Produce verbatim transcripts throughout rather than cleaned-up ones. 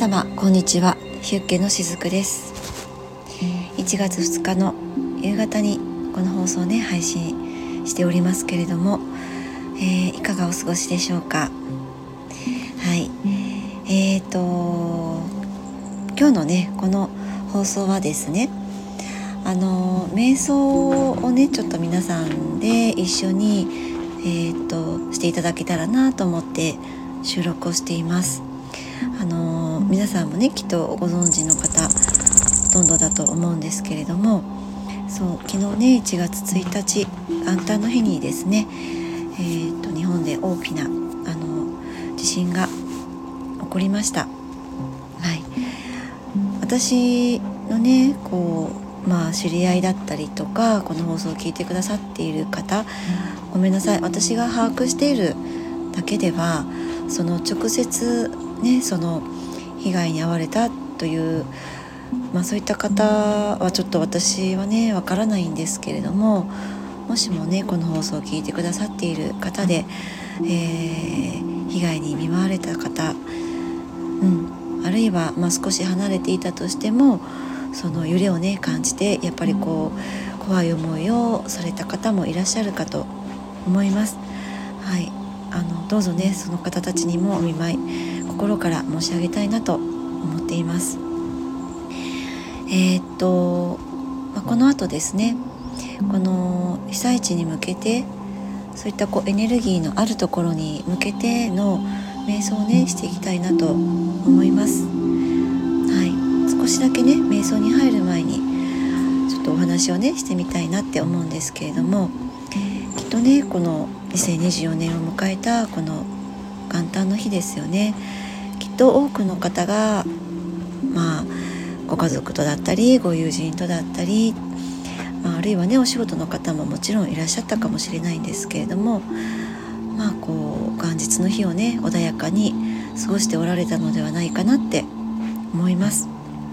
様こんにちは。ヒュッケのしずくです。いちがつふつかの夕方にこの放送をね配信しておりますけれども、えー、いかがお過ごしでしょうか。はいえーと今日のねこの放送はですね、あの瞑想をねちょっと皆さんで一緒にえーとしていただけたらなと思って収録をしています。あの皆さんもねきっとご存知の方ほとんどだと思うんですけれども、そう昨日ねいちがつついたち元旦の日にですね、えーと日本で大きなあの地震が起こりました。はい、私のねこうまあ知り合いだったりとかこの放送を聞いてくださっている方、ごめんなさい、私が把握しているだけではその直接ねその被害に遭われたという、まあ、そういった方はちょっと私はねわからないんですけれども、もしもねこの放送を聞いてくださっている方で、えー、被害に見舞われた方、うん、あるいは、まあ、少し離れていたとしてもその揺れをね感じてやっぱりこう怖い思いをされた方もいらっしゃるかと思います。はい、あのどうぞねその方たちにもお見舞い心から申し上げたいなと思っています。えー、っと、まあ、この後ですねこの被災地に向けてそういったこうエネルギーのあるところに向けての瞑想をねしていきたいなと思います。はい、少しだけね瞑想に入る前にちょっとお話をねしてみたいなって思うんですけれども、きっとねこのにせんにじゅうよねんを迎えたこの元旦の日ですよね。きっと多くの方がまあご家族とだったりご友人とだったり、まあ、あるいはねお仕事の方ももちろんいらっしゃったかもしれないんですけれども、まあこう元日の日をね穏やかに過ごしておられたのではないかなって思います。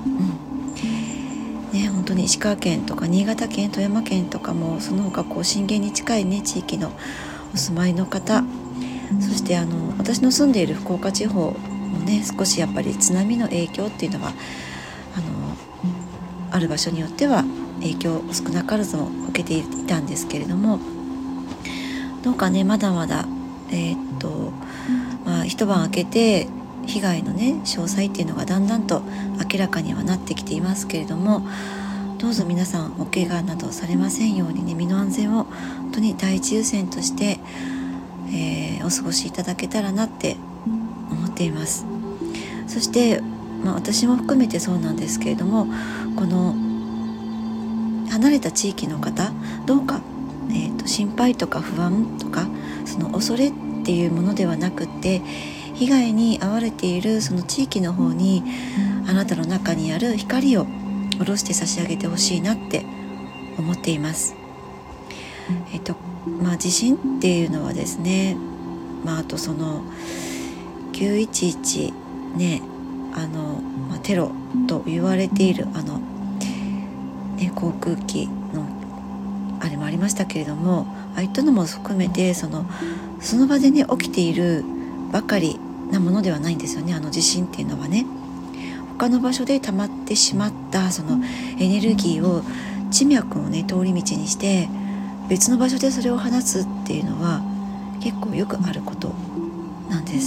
うんね、本当に石川県とか新潟県富山県とかもその他こう震源に近いね地域のお住まいの方、そしてあの私の住んでいる福岡地方もね少しやっぱり津波の影響っていうのはあのある場所によっては影響を少なからずも受けていたんですけれども、どうかねまだまだえー、っとまあ一晩明けて被害のね詳細っていうのがだんだんと明らかにはなってきていますけれども、どうぞ皆さんお怪我などされませんようにね身の安全を本当に第一優先として、えー、お過ごしいただけたらなって思っています。そして、まあ、私も含めてそうなんですけれども、この離れた地域の方どうか、えーと、心配とか不安とかその恐れっていうものではなくって被害に遭われているその地域の方にあなたの中にある光を下ろして差し上げてほしいなって思っています。えっとまあ地震っていうのはですね、まああとそのきゅういちいちねあの、まあ、テロと言われているあの、ね、航空機のあれもありましたけれども、ああいったのも含めてそのその場でね起きているばかりなものではないんですよね。あの地震っていうのはね他の場所で溜まってしまったそのエネルギーを地脈をね通り道にして別の場所でそれを放つっていうのは結構よくあることなんです。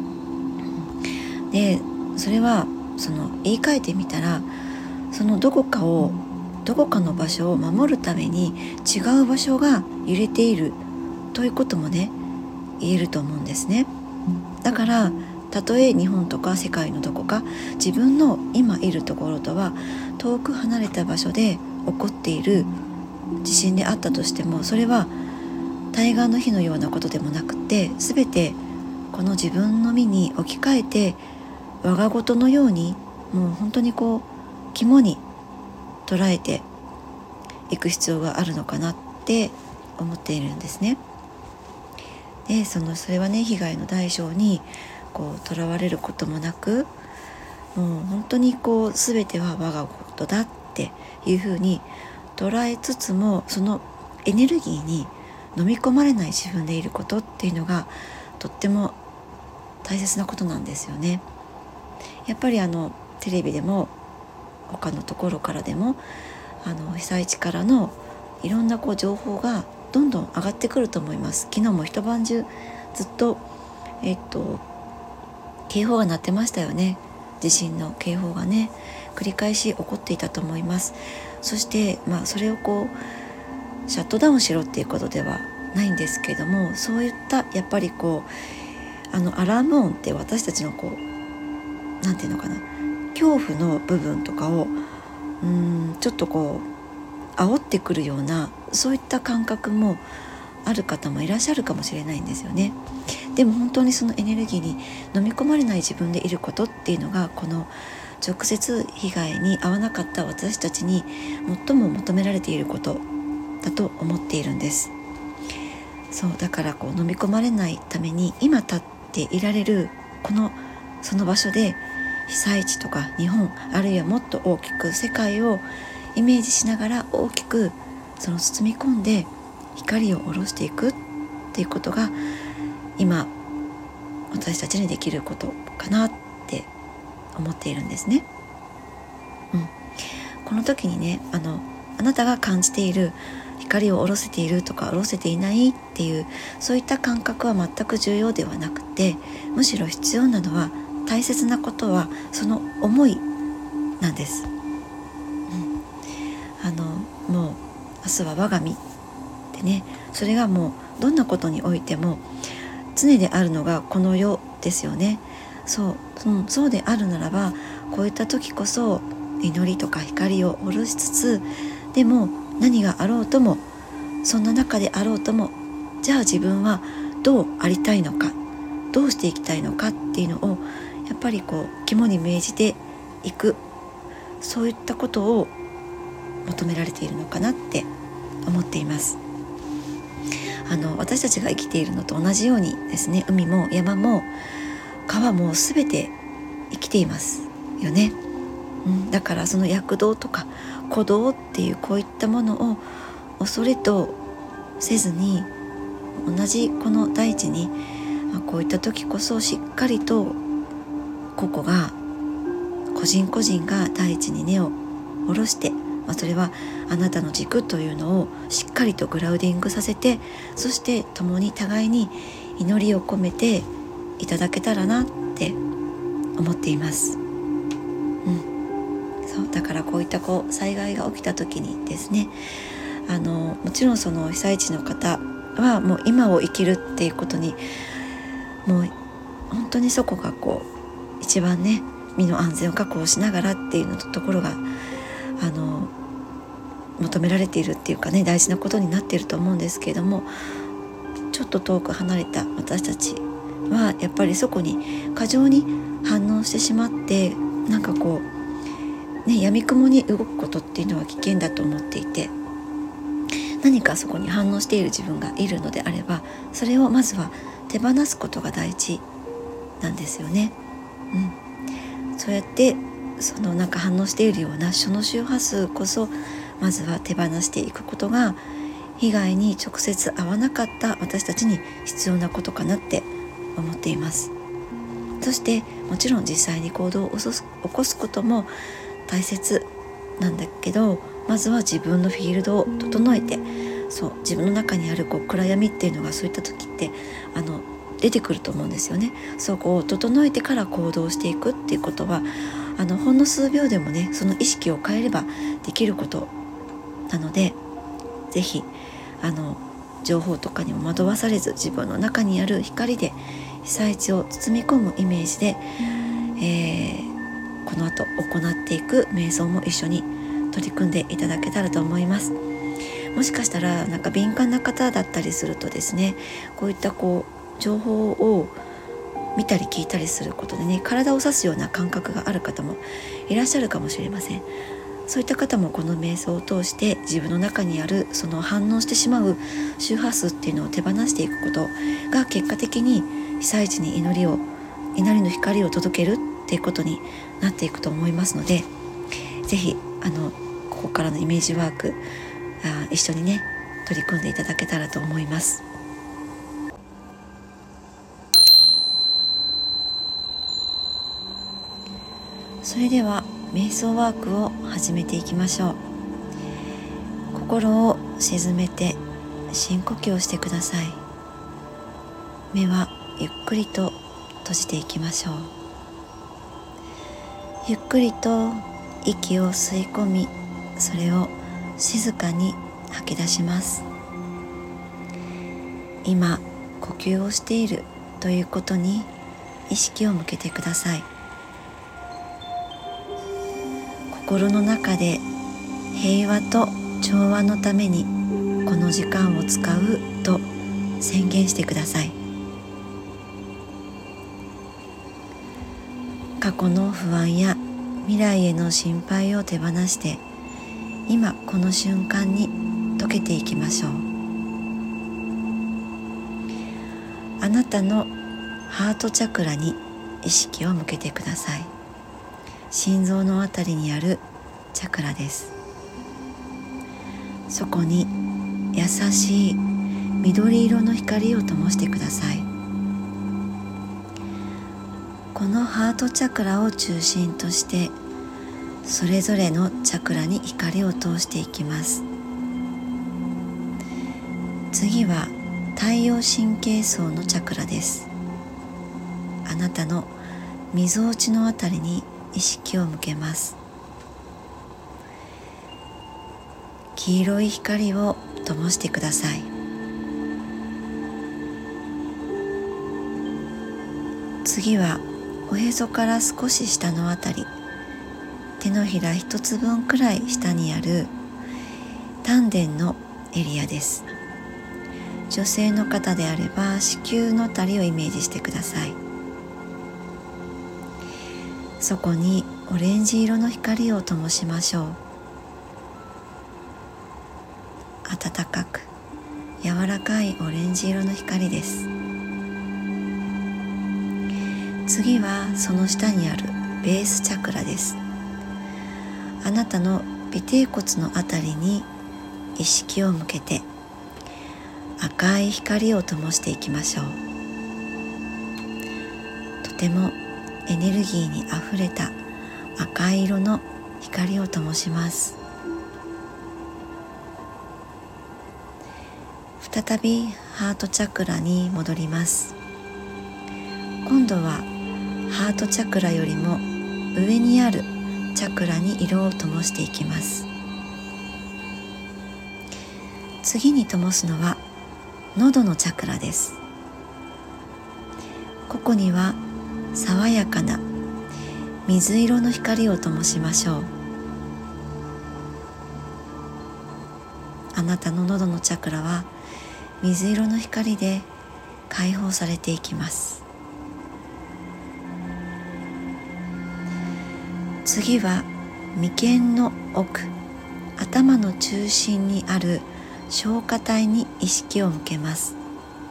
でそれはその言い換えてみたらそのどこかをどこかの場所を守るために違う場所が揺れているということもね言えると思うんですね。だからたとえ日本とか世界のどこか自分の今いるところとは遠く離れた場所で起こっている地震であったとしても、それは対岸の火のようなことでもなくて全てこの自分の身に置き換えて我が事のようにもう本当にこう肝に捉えていく必要があるのかなって思っているんですね。でそのそれはね被害の代償にこう囚われることもなく、もう本当にこう全ては我がことだっていうふうに捉えつつも、そのエネルギーに飲み込まれない自分でいることっていうのがとっても大切なことなんですよね。 やっぱりあのテレビでも他のところからでもあの被災地からのいろんなこう情報がどんどん上がってくると思います。昨日も一晩中ずっとえっと警報が鳴ってましたよね。地震の警報がね繰り返し起こっていたと思います。そしてまあそれをこうシャットダウンしろっていうことではないんですけれども、そういったやっぱりこうあのアラーム音って私たちのこうなんていうのかな、恐怖の部分とかをうーんちょっとこう煽ってくるような、そういった感覚もある方もいらっしゃるかもしれないんですよね。でも本当にそのエネルギーに飲み込まれない自分でいることっていうのが、この直接被害に遭わなかった私たちに最も求められていることだと思っているんです。そうだからこう飲み込まれないために今立っていられるこのその場所で被災地とか日本、あるいはもっと大きく世界をイメージしながら大きくその包み込んで光を下ろしていくっていうことが今私たちにできることかなって思っているんですね。うん、この時にねあのあなたが感じている光を下ろせているとか下ろせていないっていうそういった感覚は全く重要ではなくて、むしろ必要なのは大切なことはその思いなんです。うん、あのもう明日は我が身ってね、それがもうどんなことにおいても常であるのがこの世ですよね。そう、うん、そうであるならばこういった時こそ祈りとか光を下ろしつつ、でも何があろうともそんな中であろうとも、じゃあ自分はどうありたいのか、どうしていきたいのかっていうのをやっぱりこう肝に銘じていく、そういったことを求められているのかなって思っています。あの私たちが生きているのと同じようにですね、海も山も川も全て生きていますよね。うん、だからその躍動とか鼓動っていうこういったものを恐れとせずに、同じこの大地に、まあ、こういった時こそしっかりと個々が個人個人が大地に根を下ろして、まあ、それはあなたの軸というのをしっかりとグラウディングさせて、そして共に互いに祈りを込めていただけたらなって思っています。うん、そうだからこういったこう災害が起きた時にですね、あのもちろんその被災地の方はもう今を生きるっていうことにもう本当にそこがこう一番ね身の安全を確保しながらっていうのところがあの求められているっていうかね、大事なことになっていると思うんですけれども、ちょっと遠く離れた私たちはやっぱりそこに過剰に反応してしまって、なんかこうね闇雲に動くことっていうのは危険だと思っていて、何かそこに反応している自分がいるのであれば、それをまずは手放すことが大事なんですよね。うん、そうやってそのなんか反応しているようなその周波数こそまずは手放していくことが被害に直接遭わなかった私たちに必要なことかなって思っています。そしてもちろん実際に行動を起こすことも大切なんだけど、まずは自分のフィールドを整えて、そう自分の中にあるこう暗闇っていうのがそういった時ってあの出てくると思うんですよね。そこを整えてから行動していくっていうことはあのほんの数秒でもねその意識を変えればできることなので、ぜひあの情報とかにも惑わされず自分の中にある光で被災地を包み込むイメージで、えー、この後行っていく瞑想も一緒に取り組んでいただけたらと思います。もしかしたらなんか敏感な方だったりするとですね、こういったこう情報を見たり聞いたりすることでね体を刺すような感覚がある方もいらっしゃるかもしれません。そういった方もこの瞑想を通して自分の中にあるその反応してしまう周波数っていうのを手放していくことが結果的に被災地に祈りを祈りの光を届けるっていうことになっていくと思いますので、ぜひあのここからのイメージワークあ一緒にね取り組んでいただけたらと思います。 それでは瞑想ワークを始めていきましょう。心を沈めて深呼吸をしてください。目はゆっくりと閉じていきましょう。ゆっくりと息を吸い込み、それを静かに吐き出します。今呼吸をしているということに意識を向けてください。心の中で平和と調和のためにこの時間を使うと宣言してください。過去の不安や未来への心配を手放して、今この瞬間に溶けていきましょう。あなたのハートチャクラに意識を向けてください。心臓のあたりにあるチャクラです。そこに優しい緑色の光を灯してください。このハートチャクラを中心としてそれぞれのチャクラに光を通していきます。次は太陽神経層のチャクラです。あなたのみぞおちのあたりに意識を向けます。黄色い光を灯してください。次はおへそから少し下のあたり、手のひら一つ分くらい下にある丹田のエリアです。女性の方であれば子宮のあたりをイメージしてください。そこにオレンジ色の光を灯しましょう。暖かく柔らかいオレンジ色の光です。次はその下にあるベースチャクラです。あなたの尾てい骨のあたりに意識を向けて赤い光を灯していきましょう。とてもエネルギーにあふれた赤い色の光を灯します。再びハートチャクラに戻ります。今度はハートチャクラよりも上にあるチャクラに色を灯していきます。次に灯すのは喉のチャクラです。ここには爽やかな水色の光を灯しましょう。あなたの喉のチャクラは水色の光で解放されていきます。次は眉間の奥、頭の中心にある消化体に意識を向けます。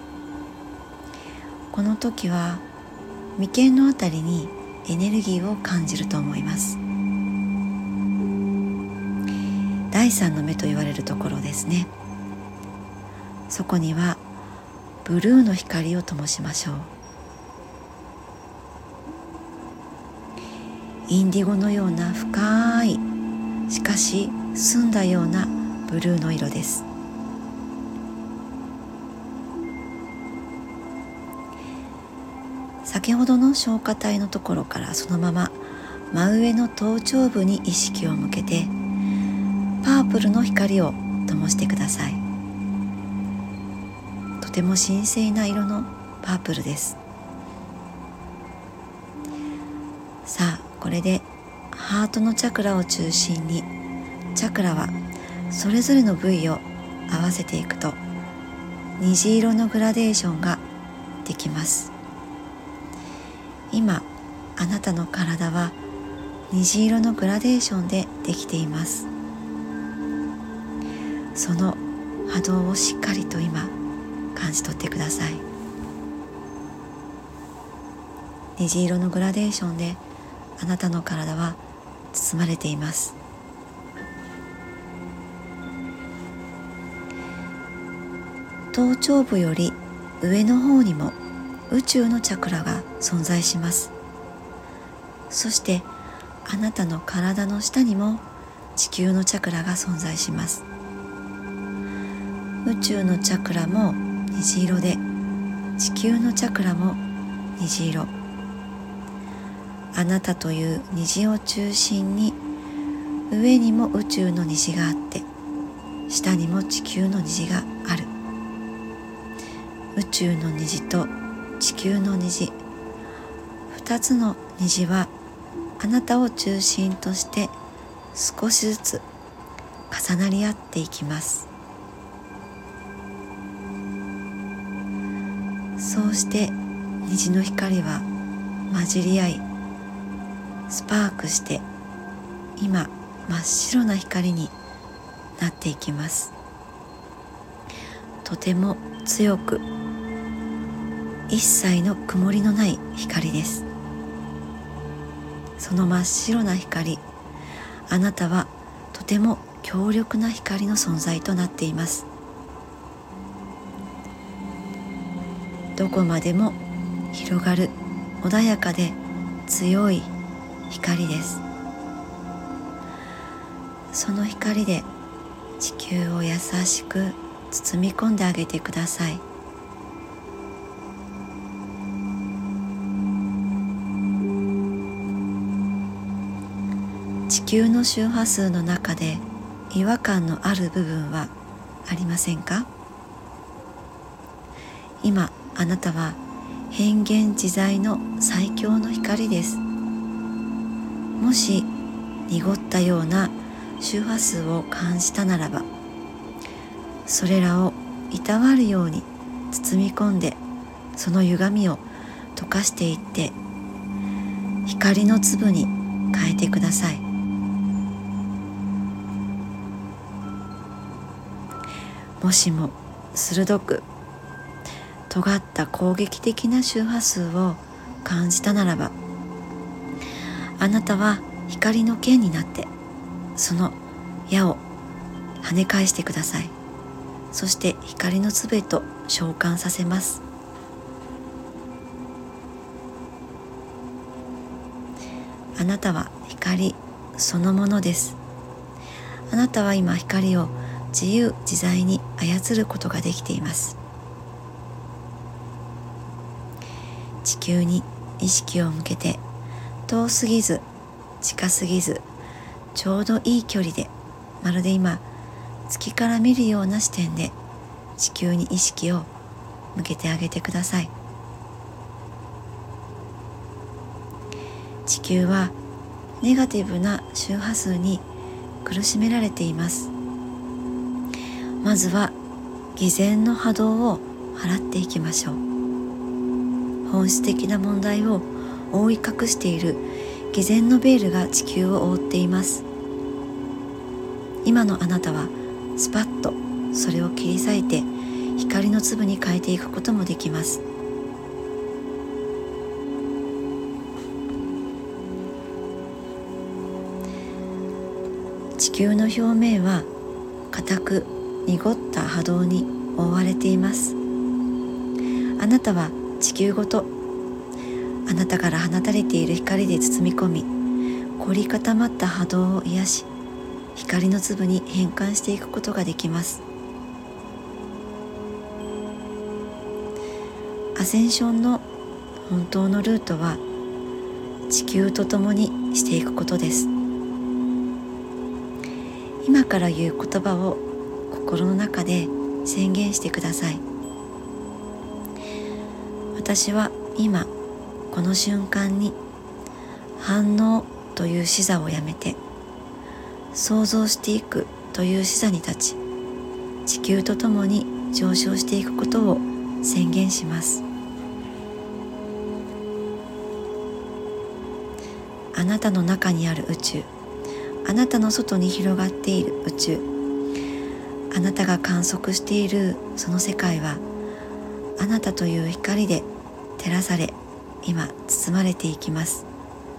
この時は眉間のあたりにエネルギーを感じると思います。第三の目と言われるところですね。そこにはブルーの光を灯しましょう。インディゴのような深い、しかし澄んだようなブルーの色です。先ほどの消化体のところからそのまま真上の頭頂部に意識を向けてパープルの光を灯してください。とても神聖な色のパープルです。さあ、これでハートのチャクラを中心にチャクラはそれぞれの部位を合わせていくと虹色のグラデーションができます。今あなたの体は虹色のグラデーションでできています。その波動をしっかりと今感じ取ってください。虹色のグラデーションであなたの体は包まれています。頭頂部より上の方にも宇宙のチャクラが存在します。そしてあなたの体の下にも地球のチャクラが存在します。宇宙のチャクラも虹色で、地球のチャクラも虹色。あなたという虹を中心に、上にも宇宙の虹があって、下にも地球の虹がある。宇宙の虹と地球の虹、二つの虹はあなたを中心として少しずつ重なり合っていきます。そうして虹の光は混じり合い、スパークして今真っ白な光になっていきます。とても強く、一切の曇りのない光です。その真っ白な光、あなたはとても強力な光の存在となっています。どこまでも広がる穏やかで強い光です。その光で地球を優しく包み込んであげてください。地球の周波数の中で違和感のある部分はありませんか？今あなたは変幻自在の最強の光です。もし濁ったような周波数を感じたならば、それらをいたわるように包み込んで、その歪みを溶かしていって光の粒に変えてください。もしも鋭く尖った攻撃的な周波数を感じたならば、あなたは光の剣になってその矢を跳ね返してください。そして光の粒へと召喚させます。あなたは光そのものです。あなたは今光を自由自在に操ることができています。地球に意識を向けて、遠すぎず近すぎずちょうどいい距離で、まるで今月から見るような視点で地球に意識を向けてあげてください。地球はネガティブな周波数に苦しめられています。まずは偽善の波動を払っていきましょう。本質的な問題を覆い隠している偽善のベールが地球を覆っています。今のあなたはスパッとそれを切り裂いて光の粒に変えていくこともできます。地球の表面は固く濁った波動に覆われています。あなたは地球ごとあなたから放たれている光で包み込み、凝り固まった波動を癒し、光の粒に変換していくことができます。アセンションの本当のルートは地球と共にしていくことです。今から言う言葉を心の中で宣言してください。私は今この瞬間に反応という視座をやめて、想像していくという視座に立ち、地球とともに上昇していくことを宣言します。あなたの中にある宇宙、あなたの外に広がっている宇宙、あなたが観測しているその世界は、あなたという光で照らされ、今包まれていきます。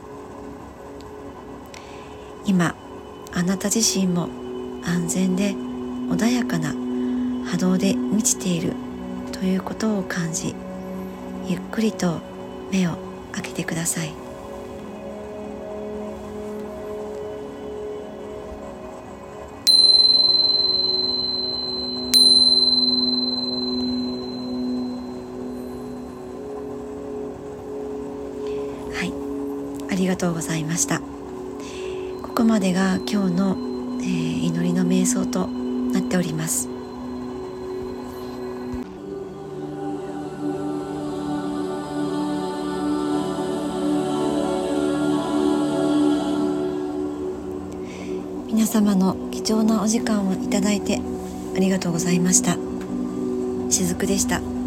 今あなた自身も安全で穏やかな波動で満ちているということを感じ、ゆっくりと目を開けてください。 りがとうございました。ここまでが今日の、えー、祈りの瞑想となっております。皆様の貴重なお時間をいただいてありがとうございました。しずくでした。